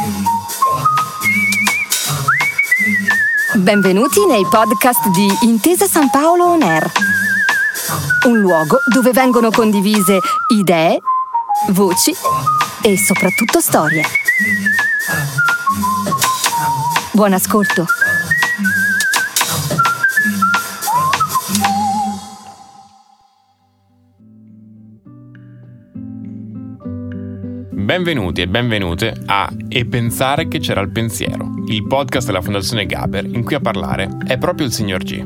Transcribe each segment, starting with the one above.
Benvenuti nei podcast di Intesa San Paolo On Air, un luogo dove vengono condivise idee, voci e soprattutto storie. Buon ascolto. Benvenuti e benvenute a E pensare che c'era il pensiero, il podcast della Fondazione Gaber in cui a parlare è proprio il signor G.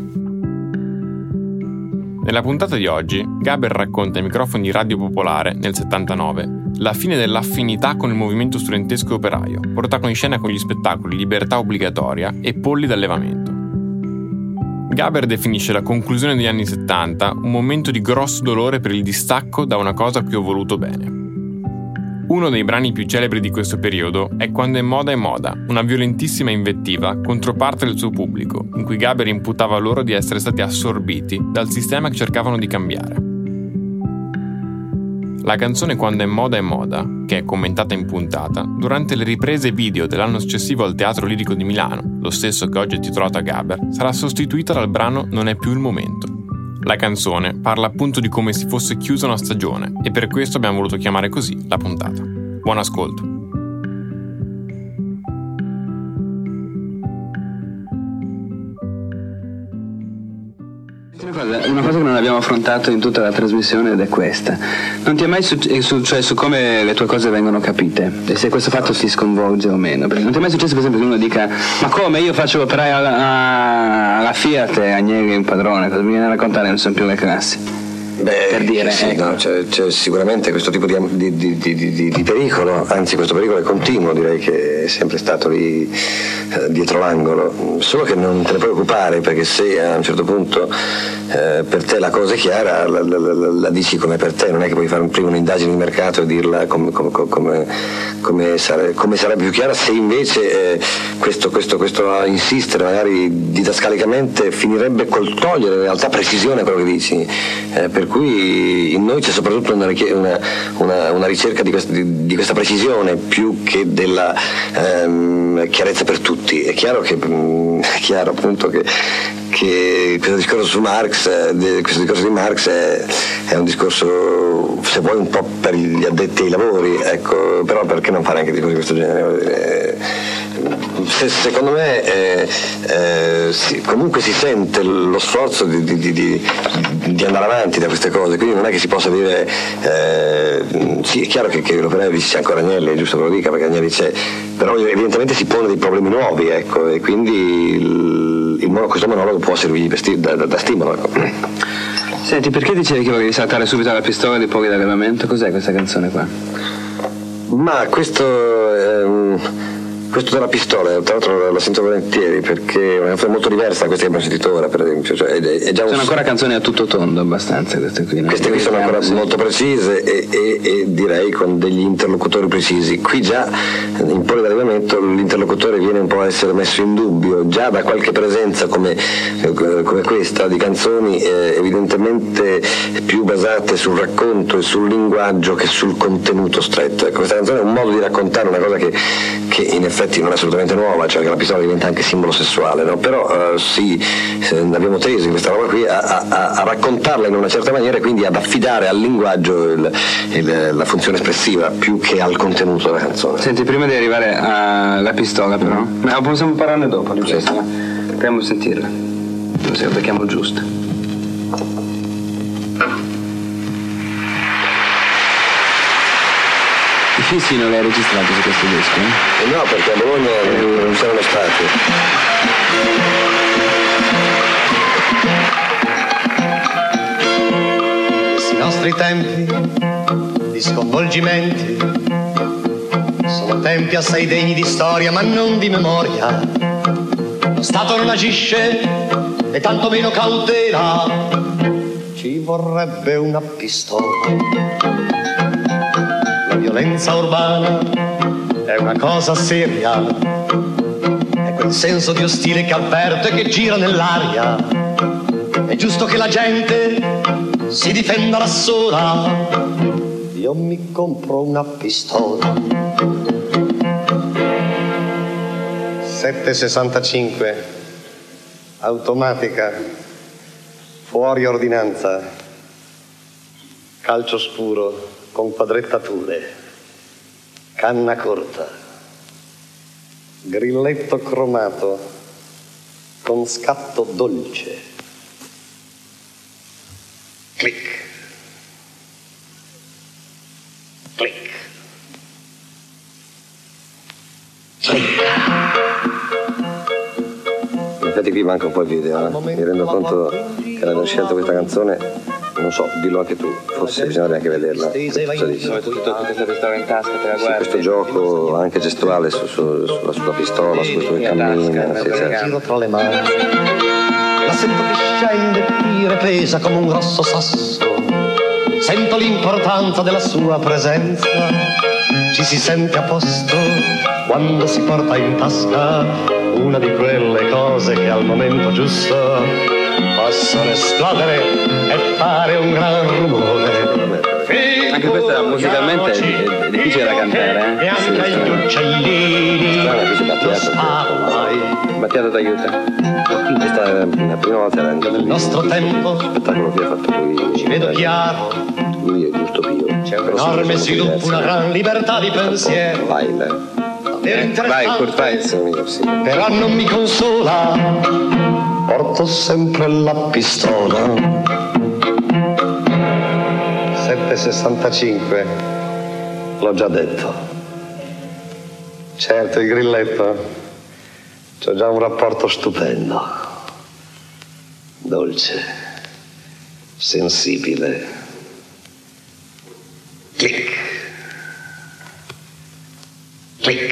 Nella puntata di oggi, Gaber racconta ai microfoni di Radio Popolare, nel 79, la fine dell'affinità con il movimento studentesco e operaio, portato in scena con gli spettacoli Libertà obbligatoria e Polli d'allevamento. Gaber definisce la conclusione degli anni 70 un momento di grosso dolore per il distacco da una cosa a cui ho voluto bene. Uno dei brani più celebri di questo periodo è Quando è moda, una violentissima invettiva contro parte del suo pubblico, in cui Gaber imputava loro di essere stati assorbiti dal sistema che cercavano di cambiare. La canzone Quando è moda, che è commentata in puntata, durante le riprese video dell'anno successivo al Teatro Lirico di Milano, lo stesso che oggi è titolato a Gaber, sarà sostituita dal brano Non è più il momento. La canzone parla appunto di come si fosse chiusa una stagione e per questo abbiamo voluto chiamare così la puntata. Buon ascolto. Una cosa che non abbiamo affrontato in tutta la trasmissione ed è questa. Non ti è mai cioè su come le tue cose vengono capite e se questo fatto ti sconvolge o meno? Perché non ti è mai successo per esempio che uno dica ma come io faccio l'operaio alla Fiat e Agnelli è un padrone, cosa mi viene a raccontare, non sono più le classi? Per dire, sì, ecco. No, c'è sicuramente questo tipo di pericolo, anzi questo pericolo è continuo, direi che è sempre stato lì dietro l'angolo, solo che non te ne puoi occupare perché se a un certo punto per te la cosa è chiara la dici come per te, non è che puoi fare prima un'indagine di mercato e dirla come sarebbe più chiara se invece questo insistere magari didascalicamente finirebbe col togliere in realtà precisione a quello che dici, per cui in noi c'è soprattutto una ricerca di questa precisione più che della chiarezza per tutti. È chiaro appunto che questo discorso su Marx, questo discorso di Marx è un discorso, se vuoi, un po' per gli addetti ai lavori, ecco, però perché non fare anche discorsi di questo genere? Secondo me comunque si sente lo sforzo di andare avanti da queste cose, quindi non è che si possa dire sì, è chiaro che l'operaio c'è ancora Agnelli, è giusto che lo dica perché Agnelli c'è, però evidentemente si pone dei problemi nuovi, ecco, e quindi questo monologo può servirgli da stimolo, ecco. Senti, perché dicevi che volevi saltare subito alla pistola di Polli d'allevamento? Cos'è questa canzone qua? Ma questo della pistola, tra l'altro la sento volentieri perché è una canzone molto diversa da queste che abbiamo sentito ora, per esempio. Cioè, è già sono ancora canzoni a tutto tondo abbastanza queste qui, no? Queste qui sono ancora molto precise e direi con degli interlocutori precisi. Qui già in Polli d'allevamento l'interlocutore viene un po' a essere messo in dubbio già da qualche presenza come questa di canzoni evidentemente più basate sul racconto e sul linguaggio che sul contenuto stretto. Ecco, questa canzone è un modo di raccontare una cosa che in effetti non è assolutamente nuova, cioè che la pistola diventa anche simbolo sessuale, no? Però sì, abbiamo teso questa roba qui a raccontarla in una certa maniera e quindi ad affidare al linguaggio la funzione espressiva più che al contenuto della canzone. Senti, prima di arrivare alla pistola però, ma possiamo parlarne dopo, proviamo a sentirla, se la becchiamo giusta. I fissi non li hai registrati su questo disco? No, perché a Bologna non c'erano stati. Questi nostri tempi di sconvolgimenti sono tempi assai degni di storia ma non di memoria. Lo Stato non agisce e tantomeno cautela, ci vorrebbe una pistola. La violenza urbana è una cosa seria, è quel senso di ostile che avverte che gira nell'aria. È giusto che la gente si difenda da sola. Io mi compro una pistola. 7,65, automatica, fuori ordinanza, calcio scuro con quadrettature, canna corta, grilletto cromato con scatto dolce. Clic. Clic. In effetti qui manca un po' il video, mi rendo conto che l'hanno scelto questa canzone, non so, dillo anche tu, forse bisognerebbe anche vederla. Cosa dici? Soprattutto questa pistola in tasca, te la guardi. Sì, questo gioco anche gestuale sulla pistola, su questo che cammina, sì, certo. Giro tra le mani, la sento che scende, tira e pesa come un grosso sasso. Sento l'importanza della sua presenza, ci si sente a posto quando si porta in tasca una di quelle cose che al momento giusto possono esplodere e fare un gran rumore. Anche questa musicalmente è difficile da cantare, E anche gli uccellini lo spavai. Battiato t'aiuta. Questa è la prima volta Nel nostro tempo spettacolo che ha fatto lui. ci vedo chiaro, Lui è giusto Pio. c'è un enorme sviluppo, una gran libertà di pensiero. Vai, Vai, Kurt, vai. sì. Però non mi consola, porto sempre la pistola. 7,65, l'ho già detto. Certo, il grilletto, c'ho già un rapporto stupendo, dolce, sensibile. Clic. Clic.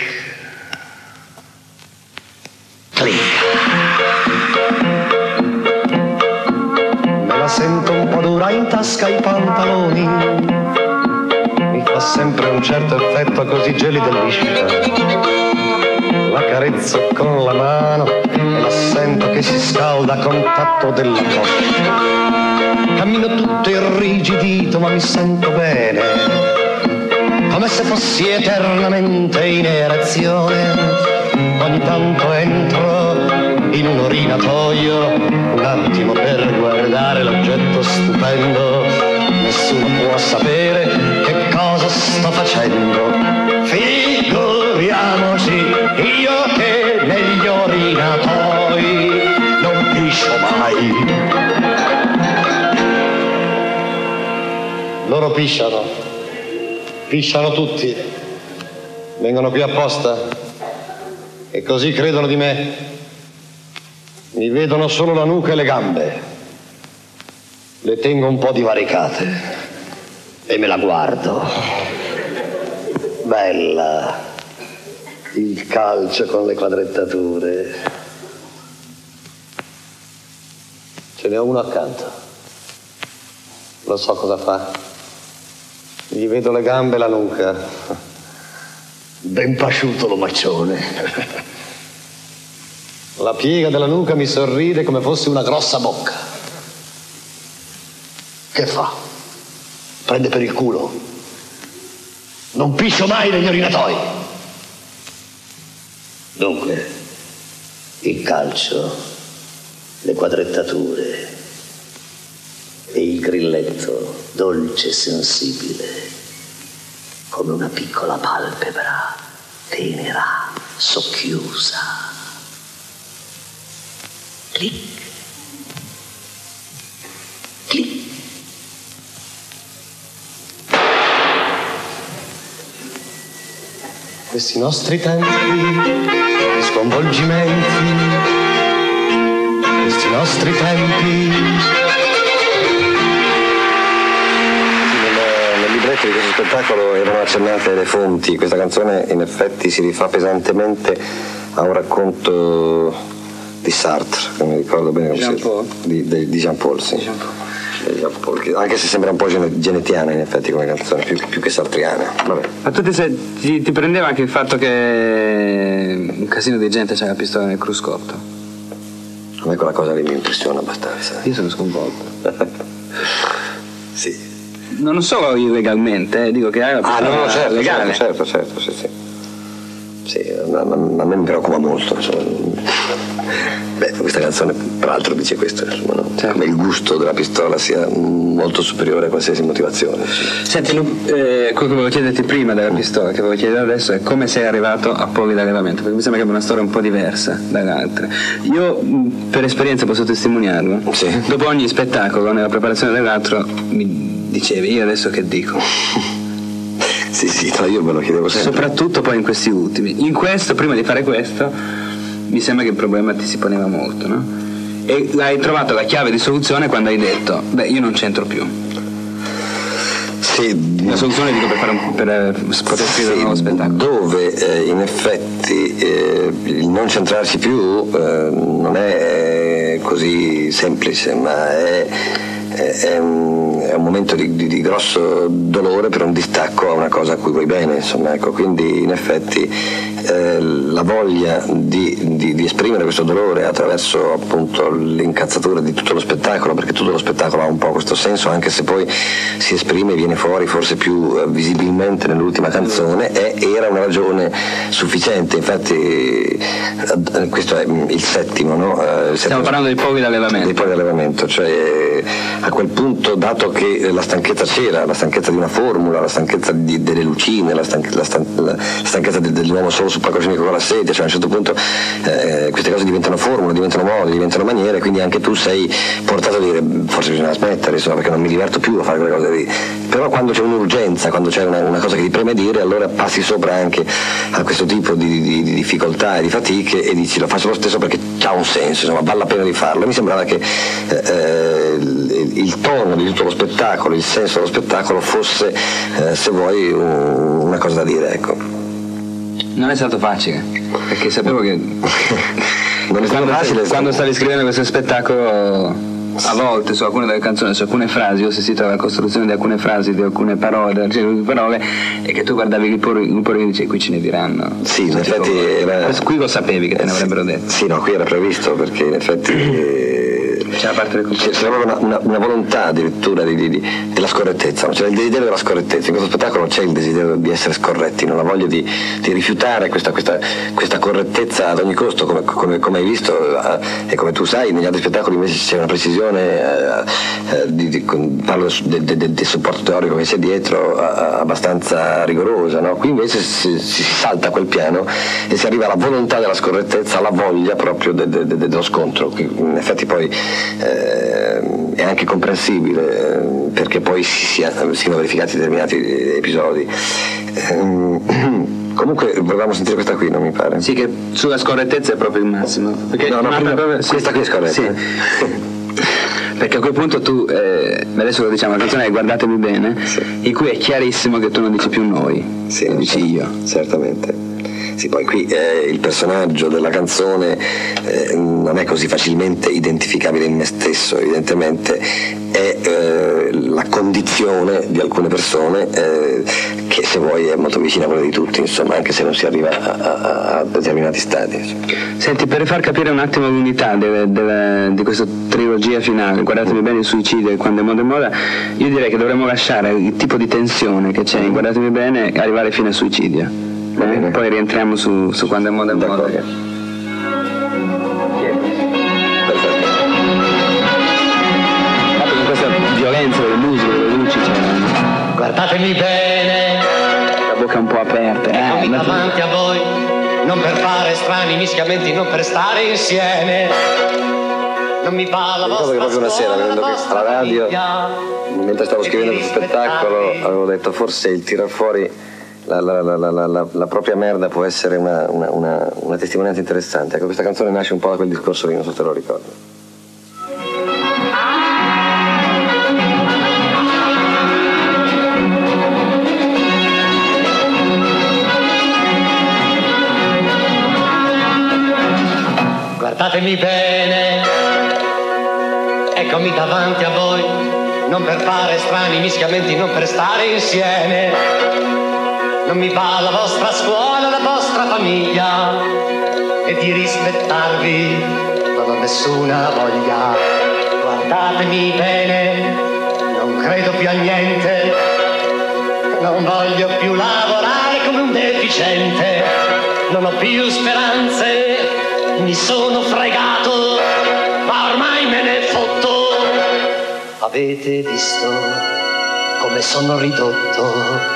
Clic. Me la sento un po' dura in tasca ai pantaloni, mi fa sempre un certo effetto così gelido e liscia. La carezzo con la mano e la sento che si scalda a contatto della coscia. Cammino tutto irrigidito ma mi sento bene, come se fossi eternamente in erezione. Ogni tanto entro in un orinatoio, un attimo per guardare l'oggetto stupendo. Nessuno può sapere che cosa sto facendo. Figuriamoci io che negli orinatoi non piscio mai. Loro pisciano tutti, vengono qui apposta e così credono di me. Mi vedono solo la nuca e le gambe, le tengo un po' divaricate e me la guardo. Bella, il calcio con le quadrettature. Ce n'è uno accanto, lo so cosa fa. Gli vedo le gambe e la nuca. Ben pasciuto l'omaccione. La piega della nuca mi sorride come fosse una grossa bocca. Che fa? Prende per il culo. Non piscio mai negli orinatoi. Dunque, il calcio, le quadrettature e il grilletto dolce e sensibile, come una piccola palpebra tenera, socchiusa. Clic, clic. Questi nostri tempi di sconvolgimenti, questi nostri tempi. Nel libretto di questo spettacolo erano accennate le fonti. Questa canzone in effetti si rifà pesantemente a un racconto di Sartre, che mi ricordo bene come Jean-Paul? di Jean-Paul, sì. Jean-Paul, anche se sembra un po' genetiana in effetti come canzone, più che sartriana. Vabbè. Ma tu ti prendeva anche il fatto che un casino di gente c'ha la pistola nel cruscotto? A me quella cosa lì mi impressiona abbastanza. Io sono sconvolto. Sì. Non solo illegalmente, dico che hai la pistola certo, legale. certo, sì. sì, a me mi preoccupa molto, insomma. Beh, questa canzone peraltro dice questo, insomma, no? Certo. Come il gusto della pistola sia molto superiore a qualsiasi motivazione. Senti, quello che volevo chiederti prima della pistola, che volevo chiedere adesso, è come sei arrivato a Polli d'allevamento, perché mi sembra che è una storia un po' diversa dalle altre. Io per esperienza posso testimoniarlo. Sì. Dopo ogni spettacolo, nella preparazione dell'altro, mi dicevi: io adesso che dico? Sì, no, io me lo chiedevo sempre. Soprattutto poi in questi ultimi. In questo, prima di fare questo, mi sembra che il problema ti si poneva molto, no? E hai trovato la chiave di soluzione quando hai detto: beh, io non c'entro più. Sì, La soluzione dico per poter scrivere un nuovo spettacolo. Dove in effetti il non centrarsi più non è così semplice, ma è un momento di grosso dolore per un distacco a una cosa a cui vuoi bene, insomma, ecco. Quindi in effetti la voglia di esprimere questo dolore attraverso appunto l'incazzatura di tutto lo spettacolo, perché tutto lo spettacolo ha un po' questo senso, anche se poi si esprime e viene fuori forse più visibilmente nell'ultima canzone, era una ragione sufficiente. Infatti questo è il settimo, no? Stiamo parlando dei Polli d'allevamento. Dei Polli d'allevamento, cioè a quel punto, dato che la stanchezza c'era, la stanchezza di una formula, la stanchezza delle lucine, la stanchezza dell'uomo solo sul palcoscenico con la sedia, cioè a un certo punto queste cose diventano formule, diventano modi, diventano maniere, quindi anche tu sei portato a dire forse bisogna smettere, insomma, perché non mi diverto più a fare quelle cose lì. Però quando c'è un'urgenza, quando c'è una cosa che ti preme dire, allora passi sopra anche a questo tipo di difficoltà e di fatiche e dici: lo faccio lo stesso perché c'ha un senso, insomma, vale la pena di farlo. E mi sembrava che il tono di tutto lo spettacolo, il senso dello spettacolo fosse, se vuoi, una cosa da dire, ecco. Non è stato facile, perché sapevo che Non è stato facile. Quando stavi scrivendo questo spettacolo, a volte su alcune delle canzoni, su alcune frasi, o se si trova la costruzione di alcune frasi, di alcune parole, e che tu guardavi il puro e dicevi: qui ce ne diranno. Sì, in effetti qui lo sapevi che te ne avrebbero detto. Sì, no, qui era previsto, perché in effetti c'era parte del c'era una volontà addirittura della scorrettezza, c'era il desiderio della scorrettezza. In questo spettacolo non c'è il desiderio di essere scorretti, non la voglia di rifiutare questa correttezza ad ogni costo, come hai visto e come tu sai. Negli altri spettacoli invece c'è una precisione, parlo del supporto teorico che c'è dietro, abbastanza rigorosa, no? Qui invece si salta quel piano e si arriva alla volontà della scorrettezza, alla voglia proprio dello scontro. In effetti poi è anche comprensibile, perché poi siano verificati determinati episodi. Comunque volevamo sentire questa qui, non mi pare? Sì, che sulla scorrettezza è proprio il massimo. Perché questa qui è scorretta. Sì. Perché a quel punto tu, adesso lo diciamo, la canzone è Guardatemi bene, sì, in cui è chiarissimo che tu non dici più noi, sì, lo dici io. Certamente. Sì, poi qui il personaggio della canzone non è così facilmente identificabile in me stesso, evidentemente è la condizione di alcune persone che, se vuoi, è molto vicina a quella di tutti, insomma, anche se non si arriva a determinati stadi. Insomma. Senti, per far capire un attimo l'unità di questa trilogia finale, Guardatemi bene, il suicidio e Quando è moda, io direi che dovremmo lasciare il tipo di tensione che c'è in Guardatemi bene e arrivare fino al suicidio. Poi rientriamo su Quando è moda. Perfetto. Con questa violenza delle musiche, delle luci, Guardatemi bene, la bocca un po' aperta. eccomi davanti a voi, non per fare strani mischiamenti, non per stare insieme. Non mi va la vostra che proprio una sera, scuola, venendo la qui vostra alla radio, famiglia, mentre stavo scrivendo questo spettacolo, avevo detto: forse il tirar fuori la propria merda può essere una testimonianza interessante. Ecco, questa canzone nasce un po' da quel discorso lì, non so se te lo ricordo. Guardatemi bene, eccomi davanti a voi, non per fare strani mischiamenti, non per stare insieme. Non mi va la vostra scuola, la vostra famiglia, e di rispettarvi non ho nessuna voglia. Guardatemi bene, non credo più a niente, non voglio più lavorare come un deficiente. non ho più speranze, mi sono fregato, ma ormai me ne fotto. Avete visto come sono ridotto?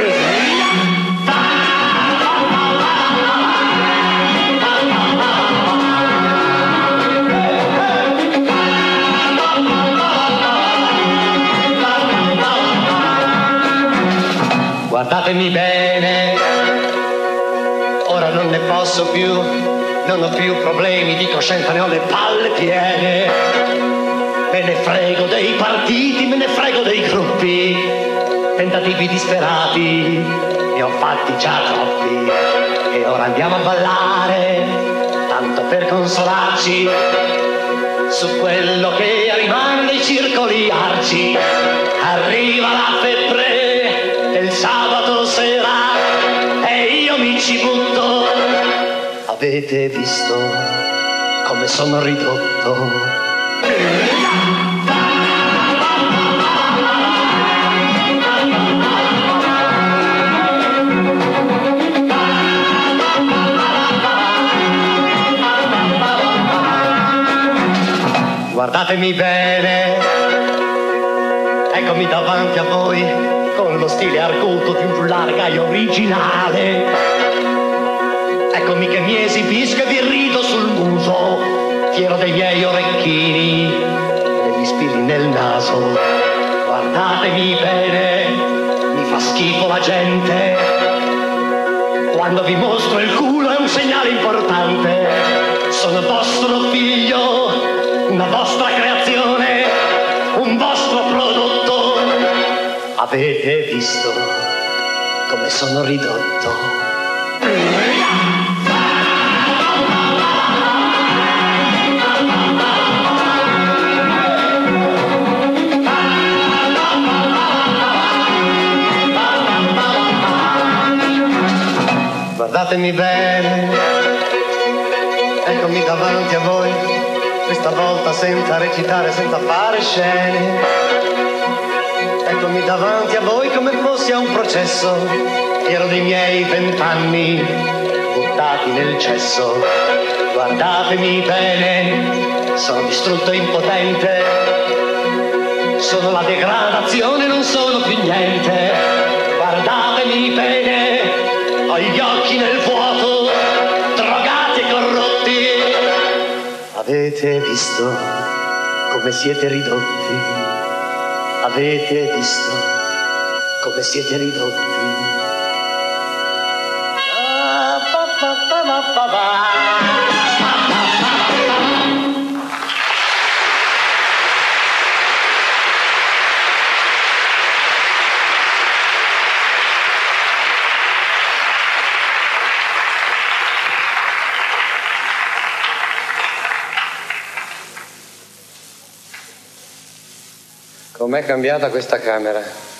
Guardatemi bene, ora non ne posso più, non ho più problemi di coscienza, ne ho le palle piene. Me ne frego dei partiti, me ne frego dei gruppi, tentativi disperati, ne ho fatti già troppi. E ora andiamo a ballare, tanto per consolarci, su quello che rimane dei circoli arci. Arriva la febbre del sabato sera e io mi ci butto. Avete visto come sono ridotto? Guardatemi bene, eccomi davanti a voi, con lo stile arguto di un giullare e originale. Eccomi che mi esibisco e vi rido sul muso, fiero dei miei orecchini e degli spilli nel naso. Guardatemi bene, mi fa schifo la gente. Quando vi mostro il culo è un segnale importante. Sono vostro figlio, una vostra creazione, un vostro prodotto. Avete visto come sono ridotto? Guardatemi bene, eccomi davanti a voi, questa volta senza recitare, senza fare scene. Eccomi davanti a voi come fossi a un processo, ero dei miei 20 anni buttati nel cesso. Guardatemi bene, sono distrutto e impotente, sono la degradazione, non sono più niente. Guardatemi bene, ho gli occhi nel vuoto, drogati e corrotti. Avete visto come siete ridotti? Avete visto come siete ridotti? Com'è cambiata questa camera?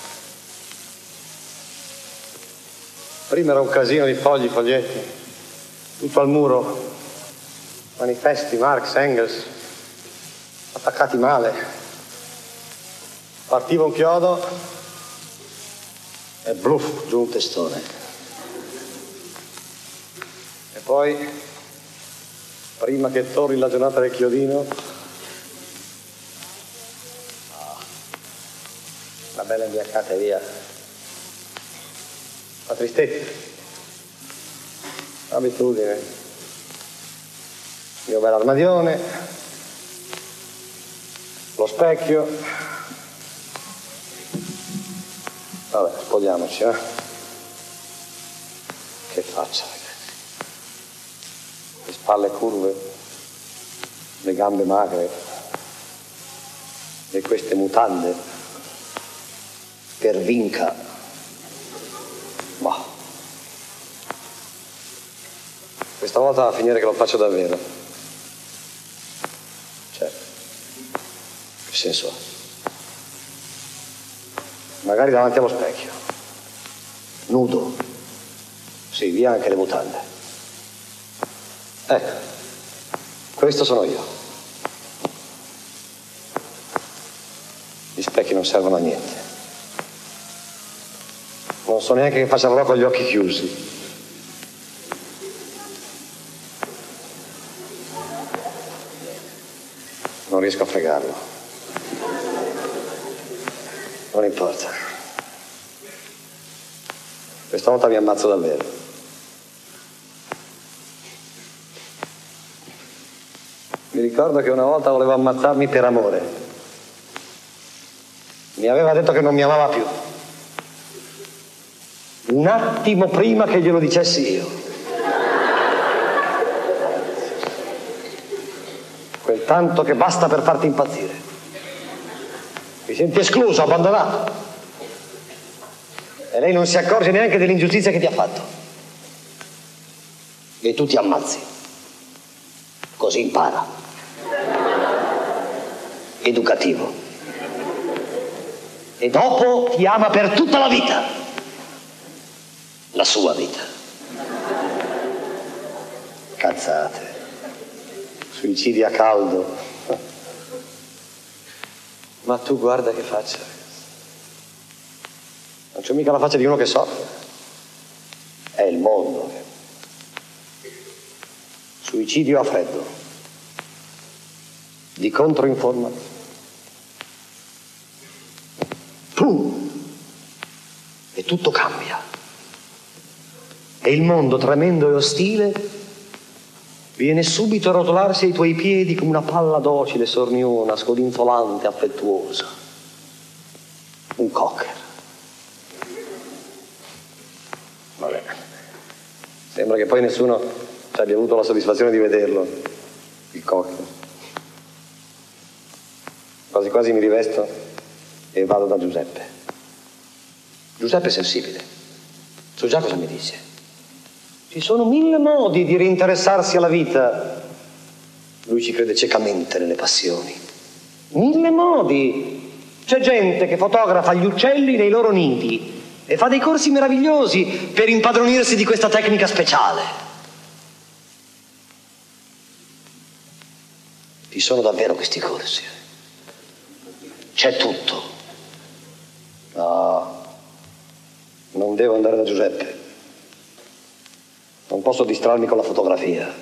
Prima era un casino di fogli, foglietti, tutto al muro, manifesti, Marx, Engels, attaccati male. Partiva un chiodo e bluff, giù un testone. E poi, prima che torni la giornata del chiodino, la bella imbiaccata e via. La tristezza, l'abitudine, il mio bel armadione, lo specchio. Vabbè, spogliamoci, eh? Che faccia, ragazzi. Le spalle curve, le gambe magre e queste mutande per vinca. Ma questa volta va a finire che lo faccio davvero. Certo. Che senso ha? Magari davanti allo specchio. Nudo. Sì, via anche le mutande. Ecco. Questo sono io. Gli specchi non servono a niente. Non so neanche che faccia la roba con gli occhi chiusi. Non riesco a fregarlo. Non importa. Questa volta mi ammazzo davvero. Mi ricordo che una volta volevo ammazzarmi per amore. Mi aveva detto che non mi amava più. Un attimo prima che glielo dicessi io. Quel tanto che basta per farti impazzire. Ti senti escluso, abbandonato. E lei non si accorge neanche dell'ingiustizia che ti ha fatto. E tu ti ammazzi. Così impara. Educativo. E dopo ti ama per tutta la vita. La sua vita. Cazzate. Suicidi a caldo. Ma tu guarda che faccia. Non c'è mica la faccia di uno che soffre. È il mondo. Suicidio a freddo. Di contro in forma. E tutto cambia. E il mondo tremendo e ostile viene subito a rotolarsi ai tuoi piedi come una palla docile, sorniona, scodinzolante, affettuosa. Un cocker. Vabbè. Sembra che poi nessuno ci abbia avuto la soddisfazione di vederlo, il cocker. Quasi quasi mi rivesto e vado da Giuseppe. Giuseppe è sensibile. So già cosa mi dice. Ci sono 1000 modi di reinteressarsi alla vita. Lui ci crede ciecamente nelle passioni. 1000 modi. C'è gente che fotografa gli uccelli nei loro nidi e fa dei corsi meravigliosi per impadronirsi di questa tecnica speciale. Ci sono davvero questi corsi. C'è tutto. No, non devo andare da Giuseppe. Non posso distrarmi con la fotografia.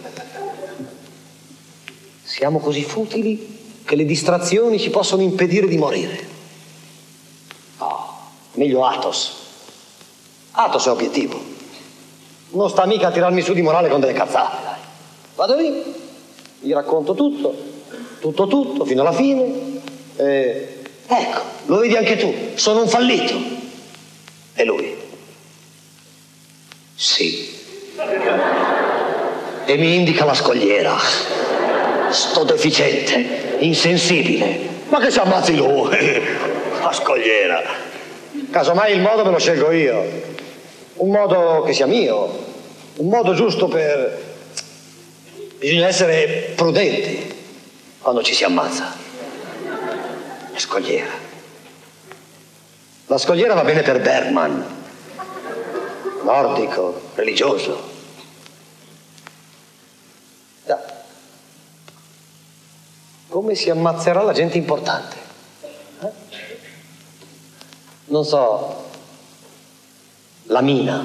Siamo così futili che le distrazioni ci possono impedire di morire. No, meglio Athos. Athos è obiettivo. Non sta mica a tirarmi su di morale con delle cazzate, dai. Vado lì, gli racconto tutto, fino alla fine. Ecco, lo vedi anche tu, sono un fallito. E lui? Sì. E mi indica la scogliera. Sto deficiente, insensibile. Ma che si ammazzi lui? La scogliera. Casomai il modo me lo scelgo io. Un modo che sia mio. Un modo giusto per... Bisogna essere prudenti quando ci si ammazza. La scogliera. La scogliera va bene per Bergman. Nordico, religioso. Come si ammazzerà la gente importante? Non so, la mina.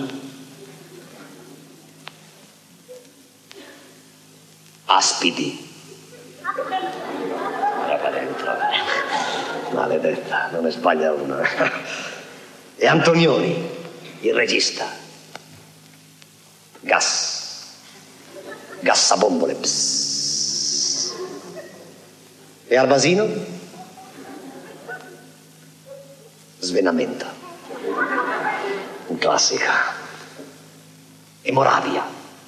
Aspidi. Guarda dentro. Maledetta, non ne sbaglia una. E Antonioni, il regista. Gassabombole. Psst. E Albasino? Svenamento. Un classico. E Moravia?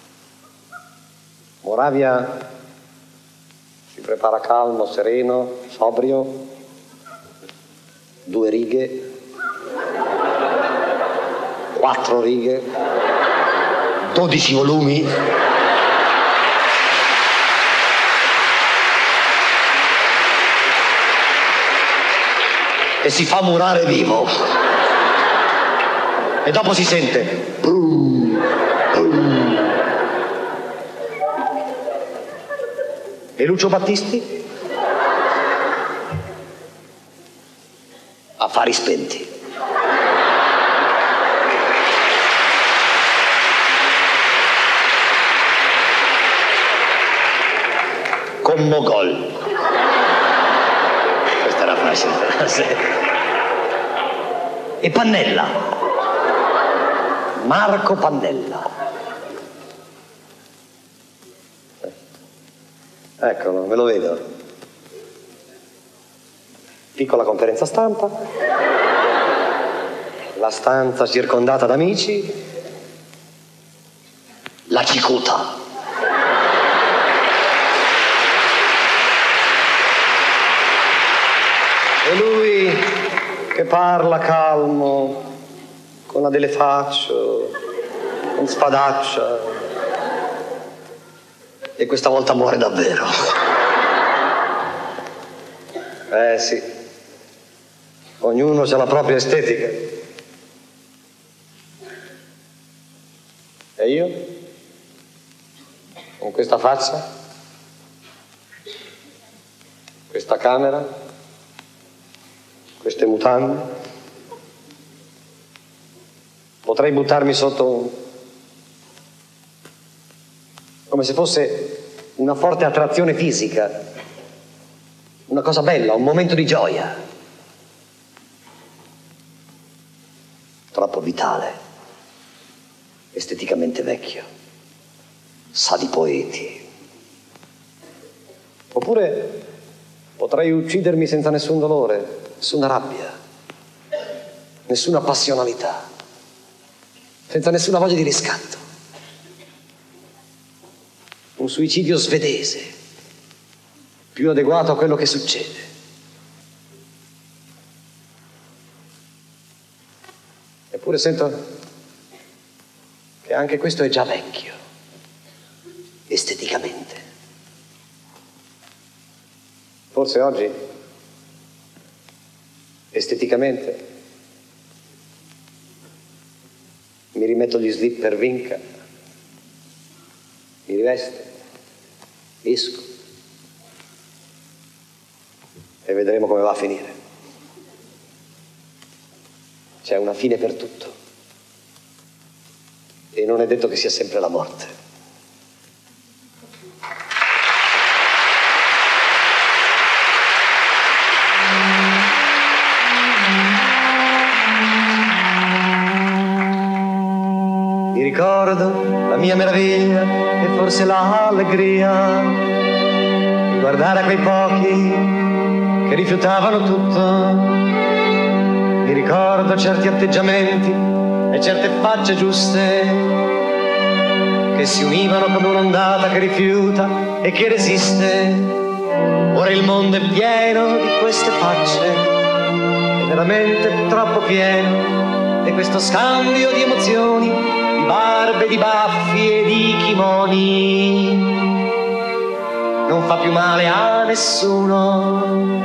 Moravia si prepara calmo, sereno, sobrio, 2 righe, 4 righe, 12 volumi. E si fa murare vivo. E dopo si sente. E Lucio Battisti? Affari spenti. Con Mogol. facile. E Pannella. Marco Pannella. Eccolo, ve lo vedo. Piccola conferenza stampa. La stanza circondata da amici. La cicuta. E lui che parla calmo, con la delle facce, con spadaccia. E questa volta muore davvero. Sì. Ognuno ha la propria estetica. E io? Con questa faccia? Questa camera? Queste mutande? Potrei buttarmi sotto come se fosse una forte attrazione fisica, una cosa bella, un momento di gioia. Troppo vitale, esteticamente vecchio, sa di poeti. Oppure potrei uccidermi senza nessun dolore, nessuna rabbia, nessuna passionalità, senza nessuna voglia di riscatto. Un suicidio svedese, più adeguato a quello che succede. Eppure sento che anche questo è già vecchio, esteticamente. Forse oggi, esteticamente, mi rimetto gli slip per vinca, mi rivesto, esco e vedremo come va a finire. C'è una fine per tutto e non è detto che sia sempre la morte. Mi ricordo la mia meraviglia e forse l'allegria di guardare a quei pochi che rifiutavano tutto. Mi ricordo certi atteggiamenti e certe facce giuste che si univano come un'ondata che rifiuta e che resiste. Ora il mondo è pieno di queste facce, è veramente troppo pieno, e questo scambio di emozioni, di barbe, di baffi e di kimoni non fa più male a nessuno.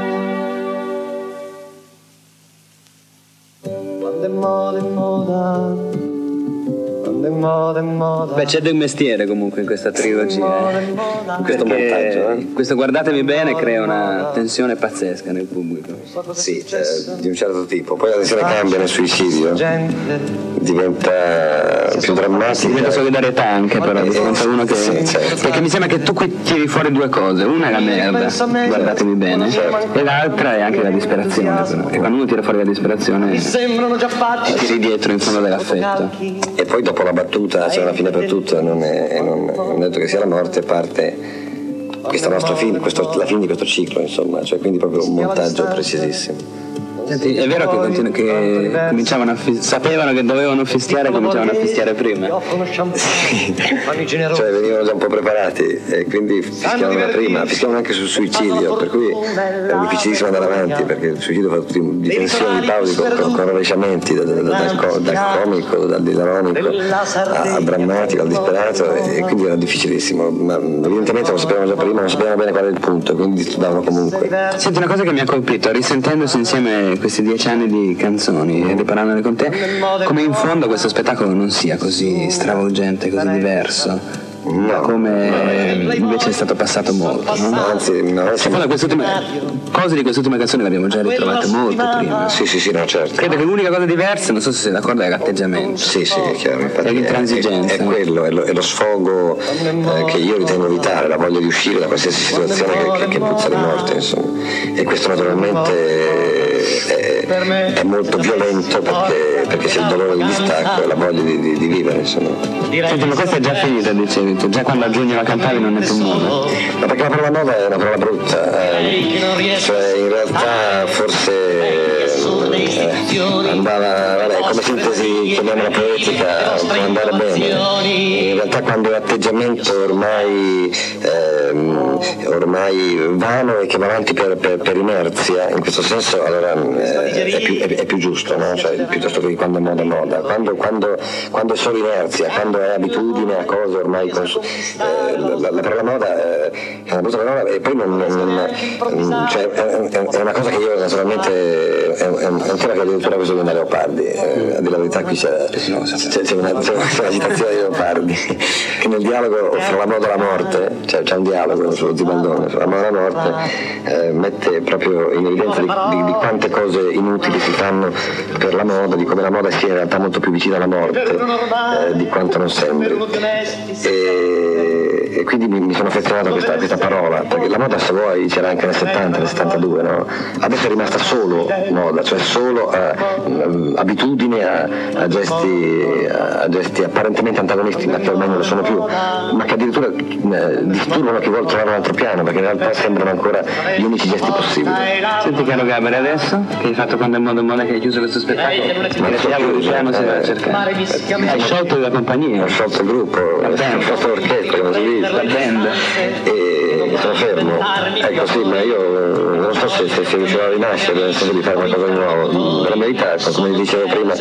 Quando è moda, quando è moda, è moda. Beh, c'è del mestiere comunque in questa trilogia, in questo montaggio, questo Guardatemi bene crea una tensione pazzesca nel pubblico. Sì, di un certo tipo. Poi la tensione cambia nel suicidio, diventa più drammatica. Diventa solidarietà anche, però diventa uno che... Sì, certo. Perché mi sembra che tu qui tiri fuori due cose. Una è la merda, guardatemi bene, Certo. e l'altra è anche la disperazione, però. E quando uno tira fuori la disperazione ti tiri dietro in fondo dell'affetto. E poi dopo la battuta c'è una fine per tutto, non è detto che sia la morte, parte questa nostra fine, la fine di questo ciclo, insomma, cioè quindi proprio un montaggio precisissimo. Senti, è vero che cominciavano sapevano che dovevano fischiare e cominciavano a fischiare prima? Cioè venivano già un po' preparati e quindi fischiavano prima, fischiavano anche sul suicidio, per cui è difficilissimo andare avanti, perché il suicidio fa tutti di tensioni, di pause con rovesciamenti dal comico, dall'ironico al drammatico, al disperato, e quindi era difficilissimo, ma evidentemente lo sapevamo già prima, non sapevamo bene qual è il punto, quindi disturbavano comunque. Senti, una cosa che mi ha colpito, risentendosi insieme questi 10 anni di canzoni e riparandone con te, come in fondo questo spettacolo non sia così stravolgente, così diverso, da come invece è stato passato molto, no? Anzi, no, cose di quest'ultima canzone le abbiamo già ritrovate molto prima. Sì, no, certo. Credo che l'unica cosa diversa, non so se sei d'accordo, è l'atteggiamento. Sì, è chiaro. Infatti è l'intransigenza. È quello, è lo sfogo che io ritengo vitale, la voglia di uscire da qualsiasi situazione che puzza di morte, insomma. E questo naturalmente è molto violento perché c'è il dolore del distacco e la voglia di vivere, insomma. Senti, ma questa è già finita, dicevi tu, già quando a giugno la cantavi non è più moda. Ma perché la parola moda è una parola brutta, cioè in realtà forse andava, come sintesi chiamiamola poetica, può andare bene. In realtà quando è atteggiamento ormai vano e che va avanti per inerzia, in questo senso allora è più giusto, no? Cioè, piuttosto che quando è moda. Quando è solo inerzia, quando è abitudine a cose ormai la parola moda è una brutta parola e poi cioè, è una cosa che io naturalmente è un tema che addirittura questo viene da Leopardi, a dire la verità qui c'è una citazione di Leopardi che nel dialogo fra la moda e la morte, cioè c'è un dialogo sullo Zibaldone sulla moda e la morte, mette proprio in evidenza di quante cose inutili si fanno per la moda, di come la moda sia in realtà molto più vicina alla morte di quanto non sembri, e quindi mi sono affezionato a questa parola, perché la moda, se vuoi, c'era anche nel 70, nel 72, no? Adesso è rimasta solo moda, cioè solo abitudine a gesti apparentemente antagonisti, ma che ormai non lo sono più, ma che addirittura disturbano chi vuole trovare un altro piano, perché in realtà sembrano ancora gli unici gesti possibili. Senti, caro Gabriele, adesso che hai fatto quando è moda che hai chiuso questo spettacolo, il piano si va a cercare. Hai sciolto la compagnia, ho sciolto il gruppo, ho sciolto l'orchestra, come si dice, la band, e sono fermo. Ecco, sì, ma io non so se riuscirò a rinascere, nel senso di fare qualcosa di nuovo. Nella mia vita, come dicevo prima,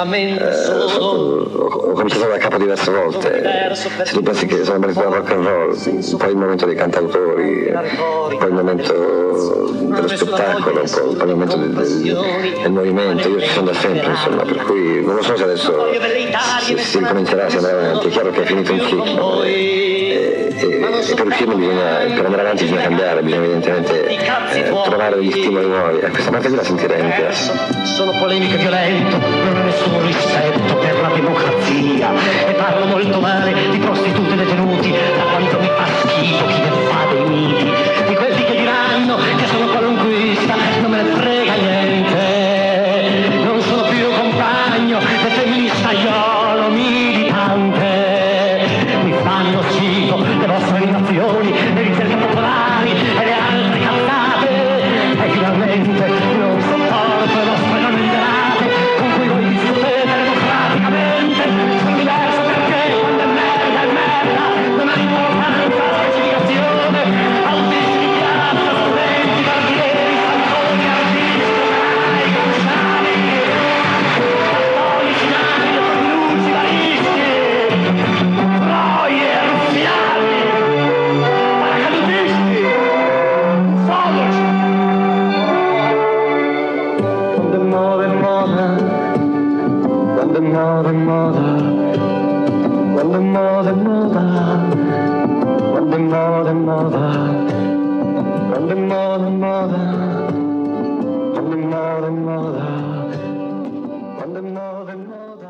ho cominciato da capo diverse volte. Se tu pensi che sono andato al rock and roll, poi il momento dei cantautori, poi il momento dello spettacolo, poi il momento del movimento, io ci sono da sempre, insomma, per cui non lo so se adesso si ricomincerà, si andrà avanti. È chiaro che è finito un ciclo e per uscirne per andare avanti bisogna cambiare, bisogna evidentemente trovare degli stimoli nuovi. Questa parte qui la sentirei, mi piace. Sono polemico e violento, non ho nessun rispetto per la democrazia e parlo molto male di prostitute e detenuti, da quanto mi fa schifo chi ne fa dei miti, di quelli che diranno che sono qualunquista, non me ne frega niente, non sono più compagno del femministaiolo militante, mi fanno schifo le vostre animazioni, le ricerche popolari e le altre cazzate, e finalmente non sopporto le vostre non liberate con cui voi discutete democraticamente. Sono diverso perché quando è merda, non ha importanza la specificazione. Autisti di piazza, studenti, barbieri, santoni, artisti, operai, commissari, cattolici, nani, luci, baristi, proie, ruffiani, paracadutisti, ufologi. Quando è moda, quando è moda, quando è moda, quando è moda, quando è moda, quando è moda, quando è moda, quando è moda.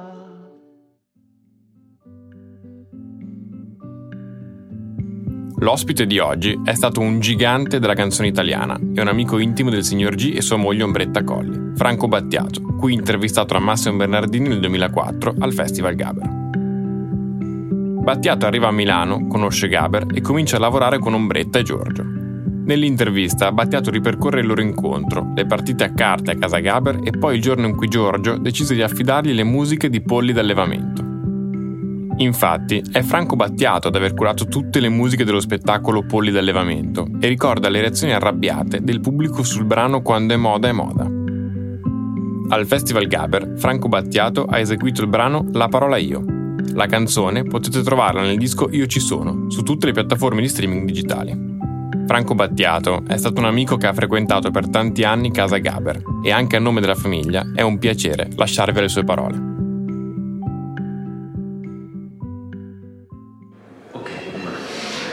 L'ospite di oggi è stato un gigante della canzone italiana e un amico intimo del signor G e sua moglie Ombretta Colli, Franco Battiato, qui intervistato da Massimo Bernardini nel 2004 al Festival Gaber. Battiato arriva a Milano, conosce Gaber e comincia a lavorare con Ombretta e Giorgio. Nell'intervista Battiato ripercorre il loro incontro, le partite a carte a casa Gaber e poi il giorno in cui Giorgio decise di affidargli le musiche di Polli d'allevamento. Infatti, è Franco Battiato ad aver curato tutte le musiche dello spettacolo Polli d'allevamento e ricorda le reazioni arrabbiate del pubblico sul brano Quando è moda è moda. Al Festival Gaber, Franco Battiato ha eseguito il brano La parola io. La canzone potete trovarla nel disco Io ci sono, su tutte le piattaforme di streaming digitali. Franco Battiato è stato un amico che ha frequentato per tanti anni casa Gaber e anche a nome della famiglia è un piacere lasciarvi le sue parole.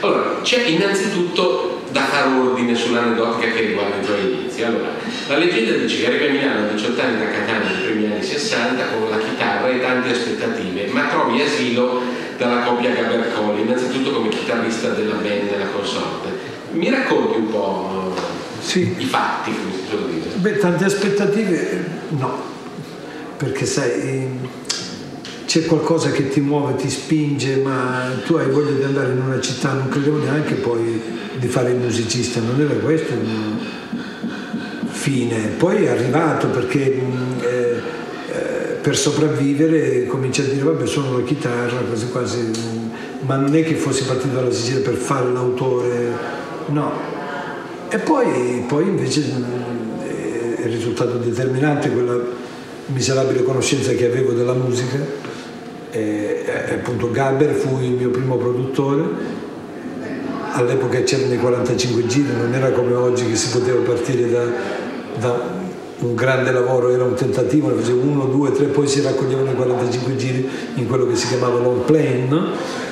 Allora, c'è innanzitutto da fare ordine sull'aneddotica che riguarda i tuoi inizi. Allora, la leggenda dice che arrivi a Milano a 18 anni da Catania nei primi anni 60 con la chitarra e tante aspettative, ma trovi asilo dalla coppia Gaber-Colli, innanzitutto come chitarrista della band della consorte. Mi racconti un po' i fatti, come si può dire? Beh, tante aspettative no, perché sai, c'è qualcosa che ti muove, ti spinge, ma tu hai voglia di andare in una città, non credevo neanche poi di fare il musicista, non era questo il mio fine. Poi è arrivato perché per sopravvivere comincia a dire vabbè, suono la chitarra, quasi quasi, ma non è che fossi partito dalla Sicilia per fare l'autore, no. E poi invece è risultato determinante quella miserabile conoscenza che avevo della musica. Appunto Gaber fu il mio primo produttore. All'epoca c'erano i 45 giri, non era come oggi che si poteva partire da un grande lavoro, era un tentativo, ne facevo 1, 2, 3, poi si raccoglievano i 45 giri in quello che si chiamava long playing, no?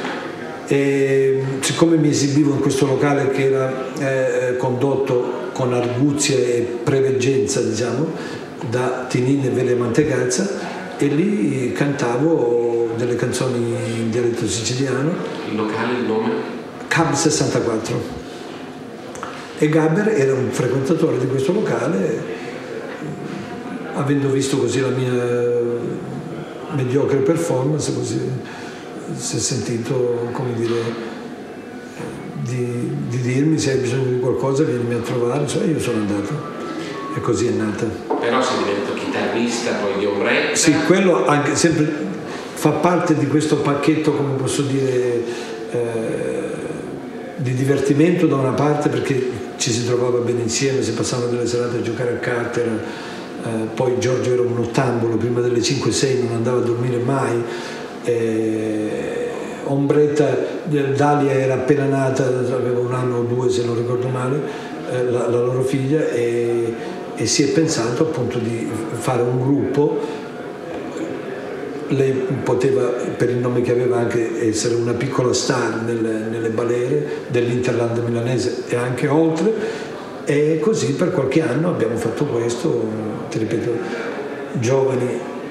E siccome mi esibivo in questo locale che era condotto con arguzia e preveggenza, diciamo, da Tinin e Vele Mantegazza, e lì cantavo delle canzoni in dialetto siciliano. Il locale, il nome? Cab 64. E Gaber era un frequentatore di questo locale, avendo visto così la mia mediocre performance, così si è sentito, come dire, di dirmi se hai bisogno di qualcosa vienimi a trovare, cioè io sono andato e così è nata. Però sei diventato chitarrista poi di Ombretta. Sì, quello anche sempre fa parte di questo pacchetto, come posso dire, di divertimento da una parte, perché ci si trovava bene insieme, si passavano delle serate a giocare a carte, poi Giorgio era un ottambolo, prima delle 5-6 non andava a dormire mai. Ombretta, Dalia era appena nata, aveva 1 anno o 2 se non ricordo male, la loro figlia, e si è pensato appunto di fare un gruppo. Lei poteva, per il nome che aveva, anche essere una piccola star nelle balere dell'Interland milanese e anche oltre, e così per qualche anno abbiamo fatto questo, ti ripeto, giovani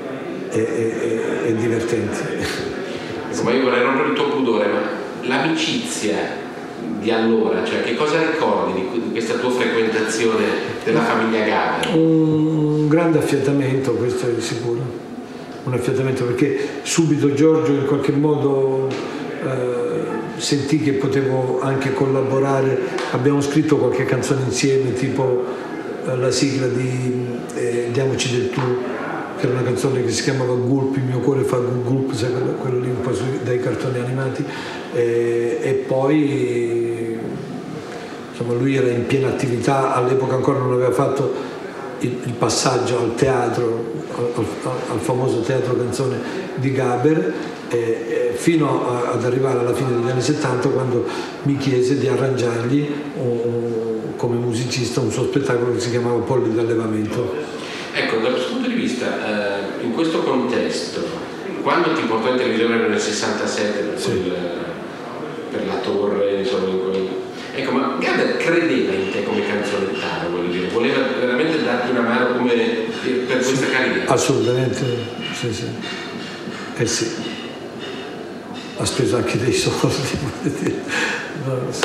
e divertenti. Ma io vorrei rompere il tuo pudore, ma l'amicizia di allora, cioè che cosa ricordi di questa tua frequentazione della famiglia Gaber? Un grande affiatamento, questo è sicuro, un affiatamento, perché subito Giorgio in qualche modo sentì che potevo anche collaborare, abbiamo scritto qualche canzone insieme, tipo la sigla di Diamoci del tu, che era una canzone che si chiamava Gulp, il mio cuore fa gulp, sai, quello lì un po' dai cartoni animati, e poi insomma lui era in piena attività, all'epoca ancora non aveva fatto il passaggio al teatro, al famoso teatro canzone di Gaber, fino ad arrivare alla fine degli anni 70, quando mi chiese di arrangiargli come musicista un suo spettacolo che si chiamava Polli d'allevamento. Ecco, dal tuo punto di vista, in questo contesto, quando ti portò in televisione nel 67 per la torre, insomma, ecco, ma Gaber credeva in te come canzonettaro, voglio dire, voleva veramente darti una mano come per questa carriera? Assolutamente, sì, sì. Sì. Ha speso anche dei soldi, no, sì.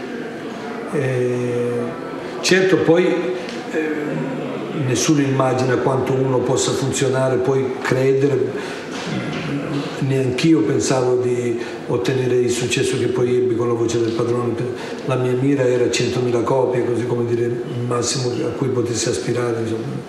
Certo, poi nessuno immagina quanto uno possa funzionare, poi credere. Neanch'io pensavo di ottenere il successo che poi ebbi con La voce del padrone. La mia mira era 100.000 copie, così come dire il massimo a cui potessi aspirare, insomma.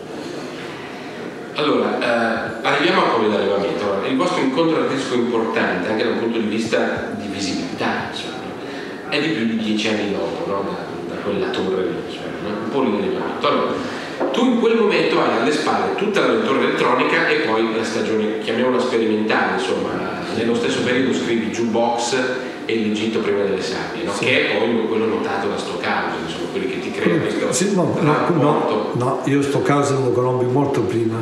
Allora, arriviamo a Polli d'allevamento. Il vostro incontro artistico importante, anche dal punto di vista di visibilità, insomma, è di più di 10 anni dopo, no? da quella torre lì, insomma, no? Polli d'allevamento. Allora, tu in quel momento hai alle spalle tutta l'avventura elettronica e poi la stagione, chiamiamola sperimentale, insomma, nello stesso periodo scrivi Jukebox e L'Egitto prima delle sabbie, no? Sì. Che è poi quello notato da Stockhausen, insomma, quelli che ti creano questo. Sì, no, io Stockhausen lo conobbi molto prima,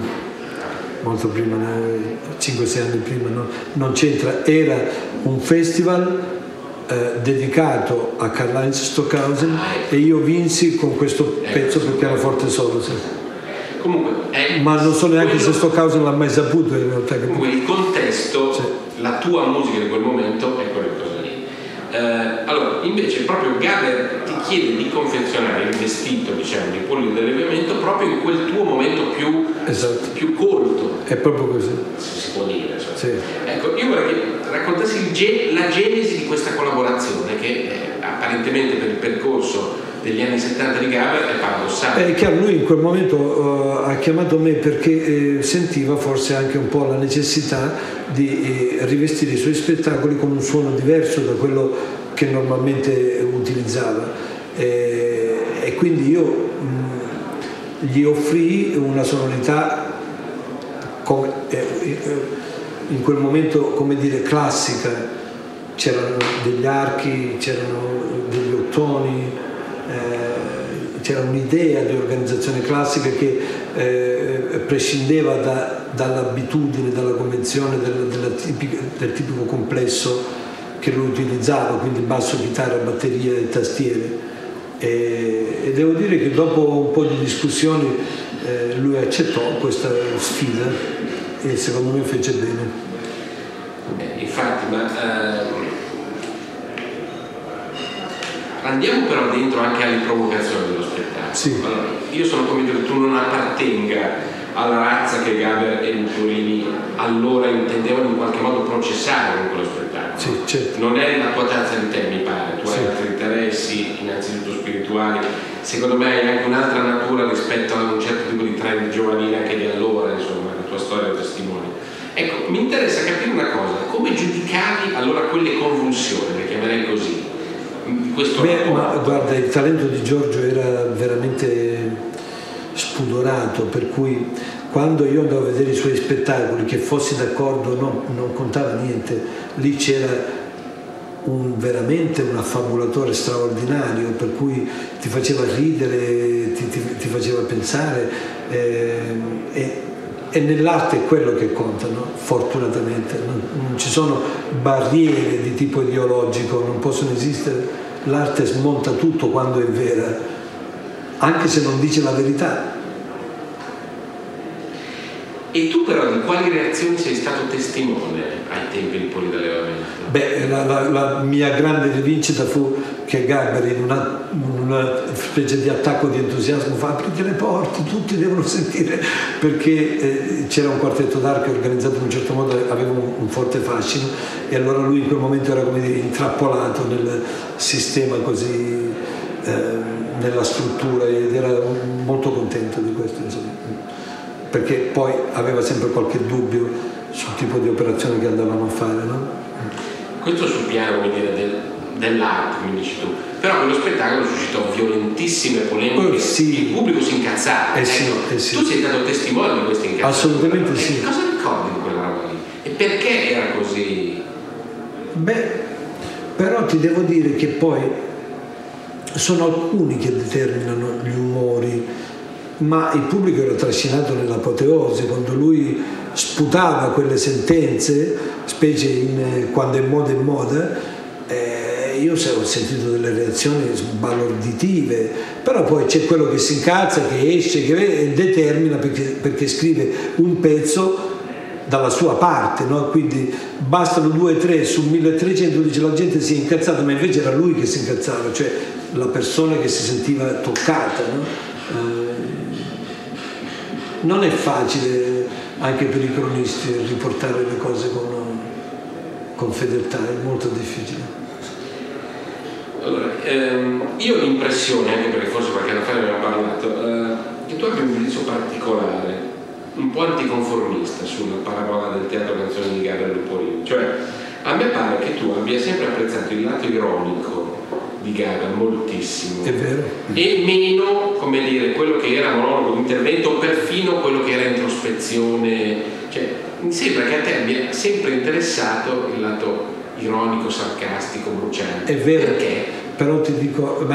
5-6 anni prima, no? Non c'entra, era un festival dedicato a Karl-Heinz Stockhausen, e io vinsi con questo pezzo per pianoforte solo. Sì. Comunque, ma non so neanche se Stockhausen l'ha mai saputo in realtà. Comunque il contesto, sì. La tua musica di quel momento è quella cosa lì. Allora, invece proprio Gaber ti chiede di confezionare il vestito, diciamo, di Polli dell'Eleviamento proprio in quel tuo momento più, esatto, più colto. È proprio così. Si può dire. Cioè. Sì. Ecco, io vorrei che raccontassi la genesi di questa collaborazione che apparentemente per il percorso degli anni 70 di Gaber è paradossale. È chiaro, lui in quel momento ha chiamato me perché sentiva forse anche un po' la necessità di rivestire i suoi spettacoli con un suono diverso da quello che normalmente utilizzava, e quindi io gli offrii una sonorità in quel momento, come dire, classica. C'erano degli archi, c'erano degli ottoni, c'era un'idea di organizzazione classica che prescindeva dall'abitudine, dalla convenzione del tipico complesso che lui utilizzava, quindi basso, chitarra, batteria e tastiere. E devo dire che dopo un po' di discussioni lui accettò questa sfida e secondo me fece bene. Infatti, andiamo però dentro anche alle provocazioni dello spettacolo. Sì. Allora, io sono convinto che tu non appartenga alla razza che Gaber e Luporini allora intendevano in qualche modo processare con quello spettacolo. Sì, certo. Non è la tua tazza di tè, mi pare. Tu hai altri interessi, innanzitutto spirituali. Secondo me hai anche un'altra natura rispetto a un certo tipo di trend giovanile anche di allora, insomma, la tua storia lo testimonia. Ecco, mi interessa capire una cosa: come giudicavi allora quelle convulsioni, le chiamerei così? Ma guarda, il talento di Giorgio era veramente spudorato, per cui quando io andavo a vedere i suoi spettacoli, che fossi d'accordo o non contava niente, lì c'era veramente un affabulatore straordinario, per cui ti faceva ridere, ti faceva pensare, e nell'arte è quello che conta, no? Fortunatamente non ci sono barriere di tipo ideologico, non possono esistere. L'arte smonta tutto quando è vera, anche se non dice la verità. E tu però di quali reazioni sei stato testimone ai tempi di Polli dell'Elevamento? Beh, la mia grande rivincita fu che Gaber, in una specie di attacco di entusiasmo, fa: aprite le porte, tutti devono sentire, perché c'era un quartetto d'archi organizzato in un certo modo, aveva un forte fascino, e allora lui in quel momento era, come dire, intrappolato nel sistema così, nella struttura, ed era molto contento di questo, insomma, perché poi aveva sempre qualche dubbio sul tipo di operazione che andavano a fare, no? Questo sul piano, come dire, dell'arte, come dici tu, però quello spettacolo suscitò violentissime polemiche, sì. Il pubblico si incazzava. Sì. Tu sei stato testimone di questi incazzi? Assolutamente sì. Cosa ricordi di quella roba lì? E perché era così? Beh, però ti devo dire che poi sono alcuni che determinano gli umori, ma il pubblico era trascinato nell'apoteosi quando lui sputava quelle sentenze, specie quando è moda. Io ho sentito delle reazioni sbalorditive, però poi c'è quello che si incazza, che esce, che determina perché scrive un pezzo dalla sua parte, no? Quindi bastano 2 o 3 su 1300, dice la gente si è incazzata, ma invece era lui che si incazzava, cioè la persona che si sentiva toccata, no? Non è facile anche per i cronisti riportare le cose con fedeltà, è molto difficile. Allora, io ho l'impressione, anche perché forse qualche anno fa ne abbiamo parlato, che tu abbia un giudizio particolare, un po' anticonformista sulla parabola del teatro canzone di Gaber e Luporini. Cioè, a me pare che tu abbia sempre apprezzato il lato ironico di Gaber moltissimo. È vero. E meno, come dire, quello che era monologo di intervento, o perfino quello che era introspezione. Cioè, mi sembra che a te abbia sempre interessato il lato ironico, sarcastico, bruciante. È vero. Perché? Però ti dico,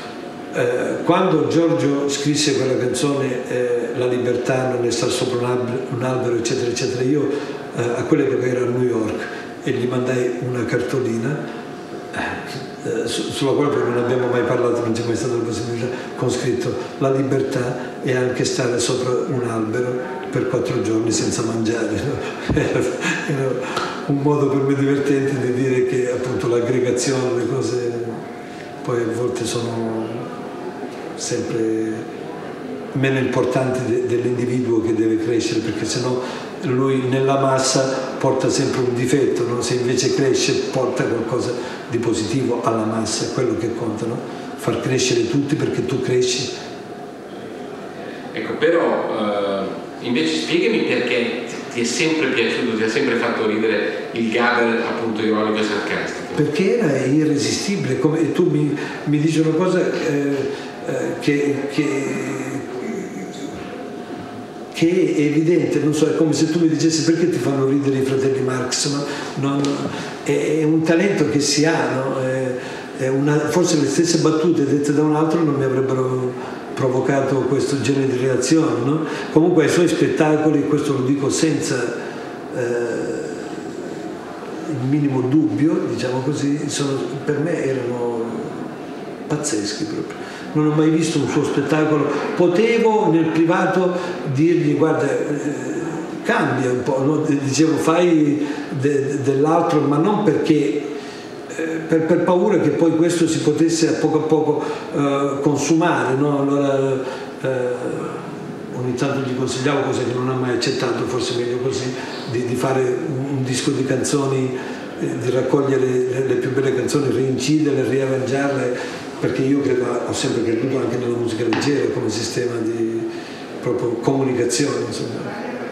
quando Giorgio scrisse quella canzone, La libertà non è stare sopra un albero, eccetera, eccetera, io a quell'epoca ero a New York e gli mandai una cartolina sulla quale non abbiamo mai parlato, non c'è mai stata la possibilità, con scritto: la libertà è anche stare sopra un albero per 4 giorni senza mangiare, no? Era un modo per me divertente di dire che appunto l'aggregazione, le cose poi a volte sono sempre meno importanti dell'individuo che deve crescere, perché sennò lui nella massa porta sempre un difetto, no? Se invece cresce porta qualcosa di positivo alla massa, è quello che conta, no? Far crescere tutti perché tu cresci. Ecco, però invece spiegami perché ti è sempre piaciuto, ti ha sempre fatto ridere il Gaber appunto ironico e sarcastico. Perché era irresistibile, come tu mi dici una cosa che è evidente, non so, è come se tu mi dicessi: perché ti fanno ridere i fratelli Marx? No? È un talento che si ha, no? Forse le stesse battute dette da un altro non mi avrebbero provocato questo genere di reazione, no? Comunque ai suoi spettacoli, questo lo dico senza il minimo dubbio, diciamo così, per me erano pazzeschi proprio. Non ho mai visto un suo spettacolo, potevo nel privato dirgli: guarda, cambia un po', no? Dicevo fai dell'altro, ma non perché per paura che poi questo si potesse a poco consumare, no? Allora ogni tanto gli consigliavo, cosa che non ha mai accettato, forse meglio così, di fare un disco di canzoni, di raccogliere le più belle canzoni, reinciderle, riarrangiarle, perché io ho sempre creduto anche nella musica leggera come sistema di proprio comunicazione, insomma.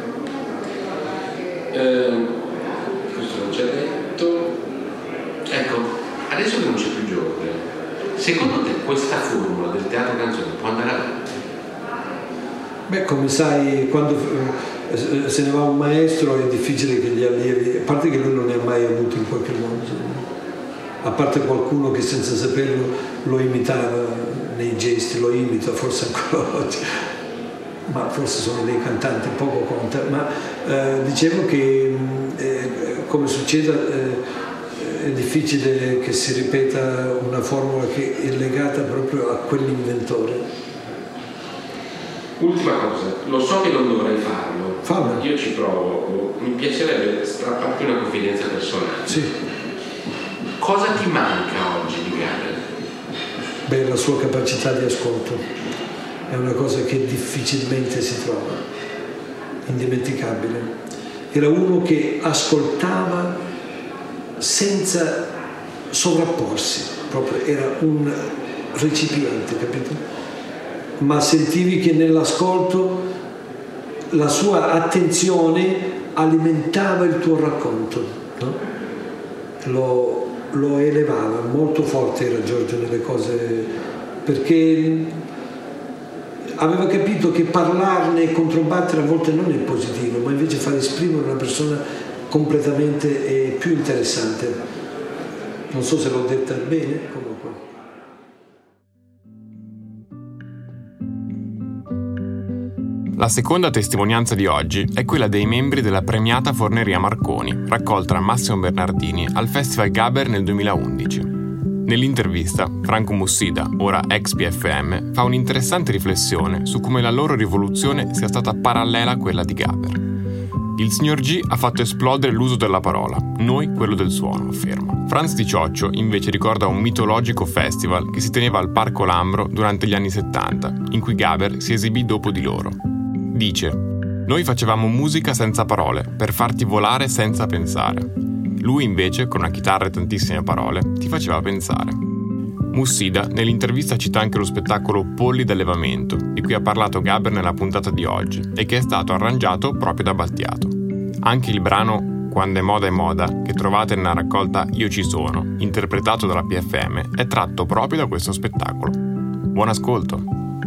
Questo non c'è detto. Ecco, adesso che non c'è più Giorgio, secondo te questa formula del teatro canzone può andare avanti? Beh, come sai, quando se ne va un maestro è difficile che gli allievi, a parte che lui non ne ha mai avuto in qualche modo, a parte qualcuno che senza saperlo lo imitava nei gesti, lo imita forse ancora oggi, ma forse sono dei cantanti, poco conta, ma dicevo che come succede è difficile che si ripeta una formula che è legata proprio a quell'inventore. Ultima cosa, lo so che non dovrei farlo, Fallo. Io ci provo, mi piacerebbe strapparti una confidenza personale. Sì. Cosa ti manca oggi di Gaber? Beh, la sua capacità di ascolto è una cosa che difficilmente si trova, indimenticabile. Era uno che ascoltava senza sovrapporsi, proprio era un recipiente, capito? Ma sentivi che nell'ascolto la sua attenzione alimentava il tuo racconto, no? Lo elevava, molto forte era Giorgio nelle cose, perché aveva capito che parlarne e controbattere a volte non è positivo, ma invece far esprimere una persona completamente è più interessante. Non so se l'ho detta bene, comunque. La seconda testimonianza di oggi è quella dei membri della premiata Forneria Marconi, raccolta da Massimo Bernardini al Festival Gaber nel 2011. Nell'intervista, Franco Mussida, ora ex PFM, fa un'interessante riflessione su come la loro rivoluzione sia stata parallela a quella di Gaber. Il signor G ha fatto esplodere l'uso della parola, noi quello del suono, afferma. Franz Di Cioccio invece ricorda un mitologico festival che si teneva al Parco Lambro durante gli anni 70, in cui Gaber si esibì dopo di loro. Dice: noi facevamo musica senza parole, per farti volare senza pensare. Lui invece, con una chitarra e tantissime parole, ti faceva pensare. Mussida nell'intervista cita anche lo spettacolo Polli d'allevamento, di cui ha parlato Gaber nella puntata di oggi e che è stato arrangiato proprio da Battiato. Anche il brano Quando è moda, che trovate nella raccolta Io ci sono, interpretato dalla PFM, è tratto proprio da questo spettacolo. Buon ascolto!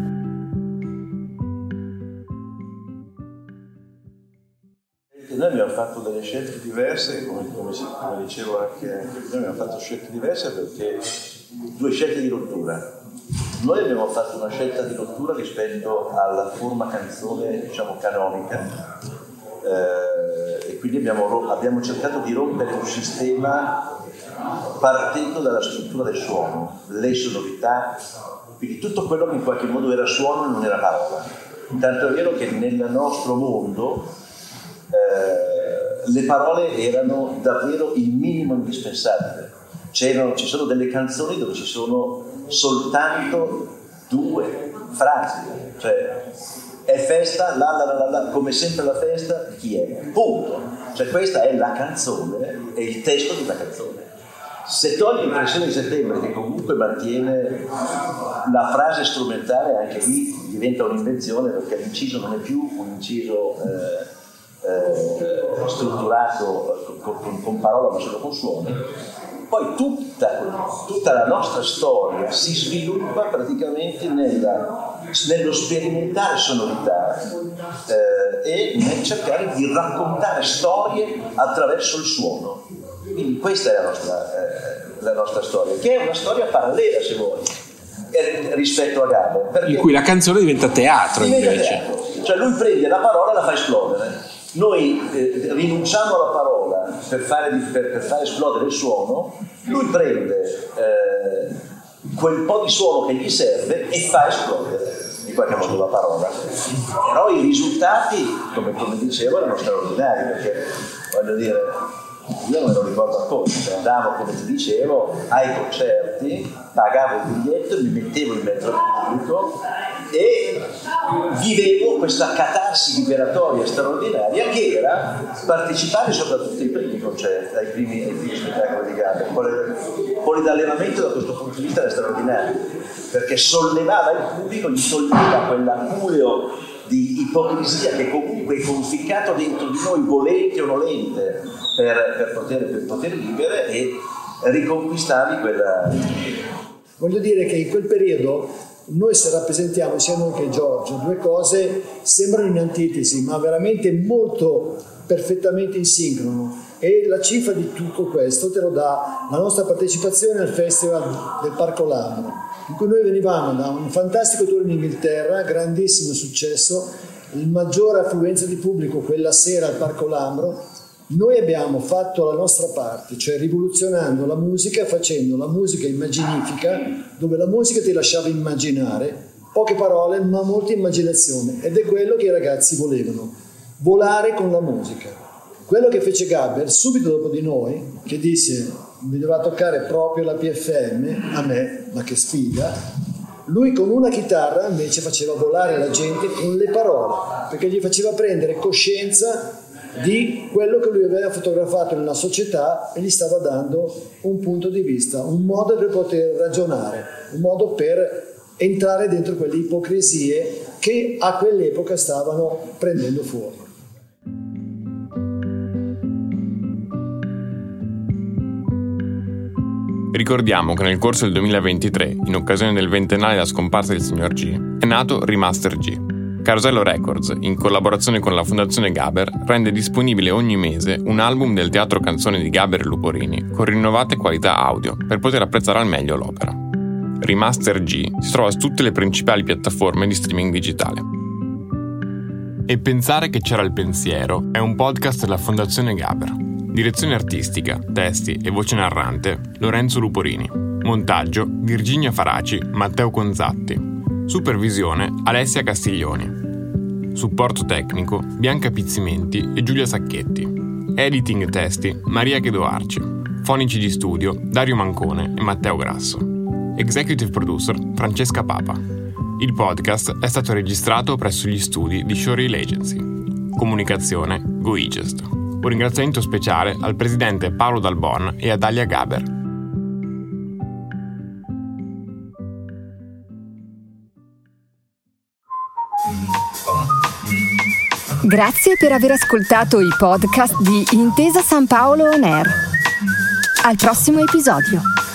Noi abbiamo fatto delle scelte diverse, come dicevo anche noi abbiamo fatto scelte diverse perché 2 scelte di rottura. Noi abbiamo fatto una scelta di rottura rispetto alla forma canzone, diciamo, canonica, e quindi abbiamo cercato di rompere un sistema partendo dalla struttura del suono, le sonorità, quindi tutto quello che in qualche modo era suono e non era parola. Tanto è vero che nel nostro mondo le parole erano davvero il minimo indispensabile. Ci sono delle canzoni dove ci sono soltanto 2 frasi, cioè è festa, come sempre la festa, chi è? Punto. Cioè questa è la canzone, è il testo di una canzone. Se togli Impressione di settembre, che comunque mantiene la frase strumentale, anche lì diventa un'invenzione, perché l'inciso non è più un inciso strutturato con parola, ma solo con suoni. Poi tutta la nostra storia si sviluppa praticamente nello sperimentare sonorità e nel cercare di raccontare storie attraverso il suono. Quindi questa è la nostra storia, che è una storia parallela, se vuoi, rispetto a Gaber. In cui la canzone diventa teatro invece. Teatro. Cioè lui prende la parola e la fa esplodere. Noi rinunciamo alla parola per fare esplodere il suono, lui prende quel po' di suono che gli serve e fa esplodere in qualche modo la parola. Però i risultati, come dicevo, erano straordinari, perché voglio dire, io me lo ricordo ancora, andavo, come ti dicevo, ai concerti, pagavo il biglietto, mi mettevo in mezzo al pubblico e vivevo questa catarsi liberatoria straordinaria, che era partecipare soprattutto ai primi concerti, ai primi spettacoli di Gaber. Poi l'allenamento da questo punto di vista era straordinario, perché sollevava il pubblico, gli toglieva quell'aculeo di ipocrisia che comunque è conficcato dentro di noi, volente o nolente, per poter vivere, e riconquistavi quella... Voglio dire che in quel periodo noi, se rappresentiamo sia noi che Giorgio, 2 cose sembrano in antitesi, ma veramente molto perfettamente in sincrono, e la cifra di tutto questo te lo dà la nostra partecipazione al Festival del Parco Lambro, in cui noi venivamo da un fantastico tour in Inghilterra, grandissimo successo, il maggiore affluenza di pubblico quella sera al Parco Lambro. Noi abbiamo fatto la nostra parte, cioè rivoluzionando la musica, facendo la musica immaginifica, dove la musica ti lasciava immaginare, poche parole ma molta immaginazione, ed è quello che i ragazzi volevano, volare con la musica. Quello che fece Gaber subito dopo di noi, che disse mi doveva toccare proprio la PFM, a me, ma che sfiga, lui con una chitarra invece faceva volare la gente con le parole, perché gli faceva prendere coscienza di quello che lui aveva fotografato nella società e gli stava dando un punto di vista, un modo per poter ragionare, un modo per entrare dentro quelle ipocrisie che a quell'epoca stavano prendendo fuoco. Ricordiamo che nel corso del 2023, in occasione del 20ennale della scomparsa del signor G, è nato Remaster G. Carosello Records, in collaborazione con la Fondazione Gaber, rende disponibile ogni mese un album del teatro canzone di Gaber e Luporini con rinnovate qualità audio per poter apprezzare al meglio l'opera. Remaster G si trova su tutte le principali piattaforme di streaming digitale. E pensare che c'era il pensiero è un podcast della Fondazione Gaber. Direzione artistica, testi e voce narrante Lorenzo Luporini. Montaggio Virginia Faraci, Matteo Conzatti. Supervisione Alessia Castiglioni. Supporto tecnico Bianca Pizzimenti e Giulia Sacchetti. Editing testi Maria Chedoarci. Fonici di studio Dario Mancone e Matteo Grasso. Executive producer Francesca Papa. Il podcast è stato registrato presso gli studi di Showreel Agency. Comunicazione GoEgest. Un ringraziamento speciale al presidente Paolo Dalbon e a Dalia Gaber. Grazie per aver ascoltato i podcast di Intesa San Paolo On Air. Al prossimo episodio.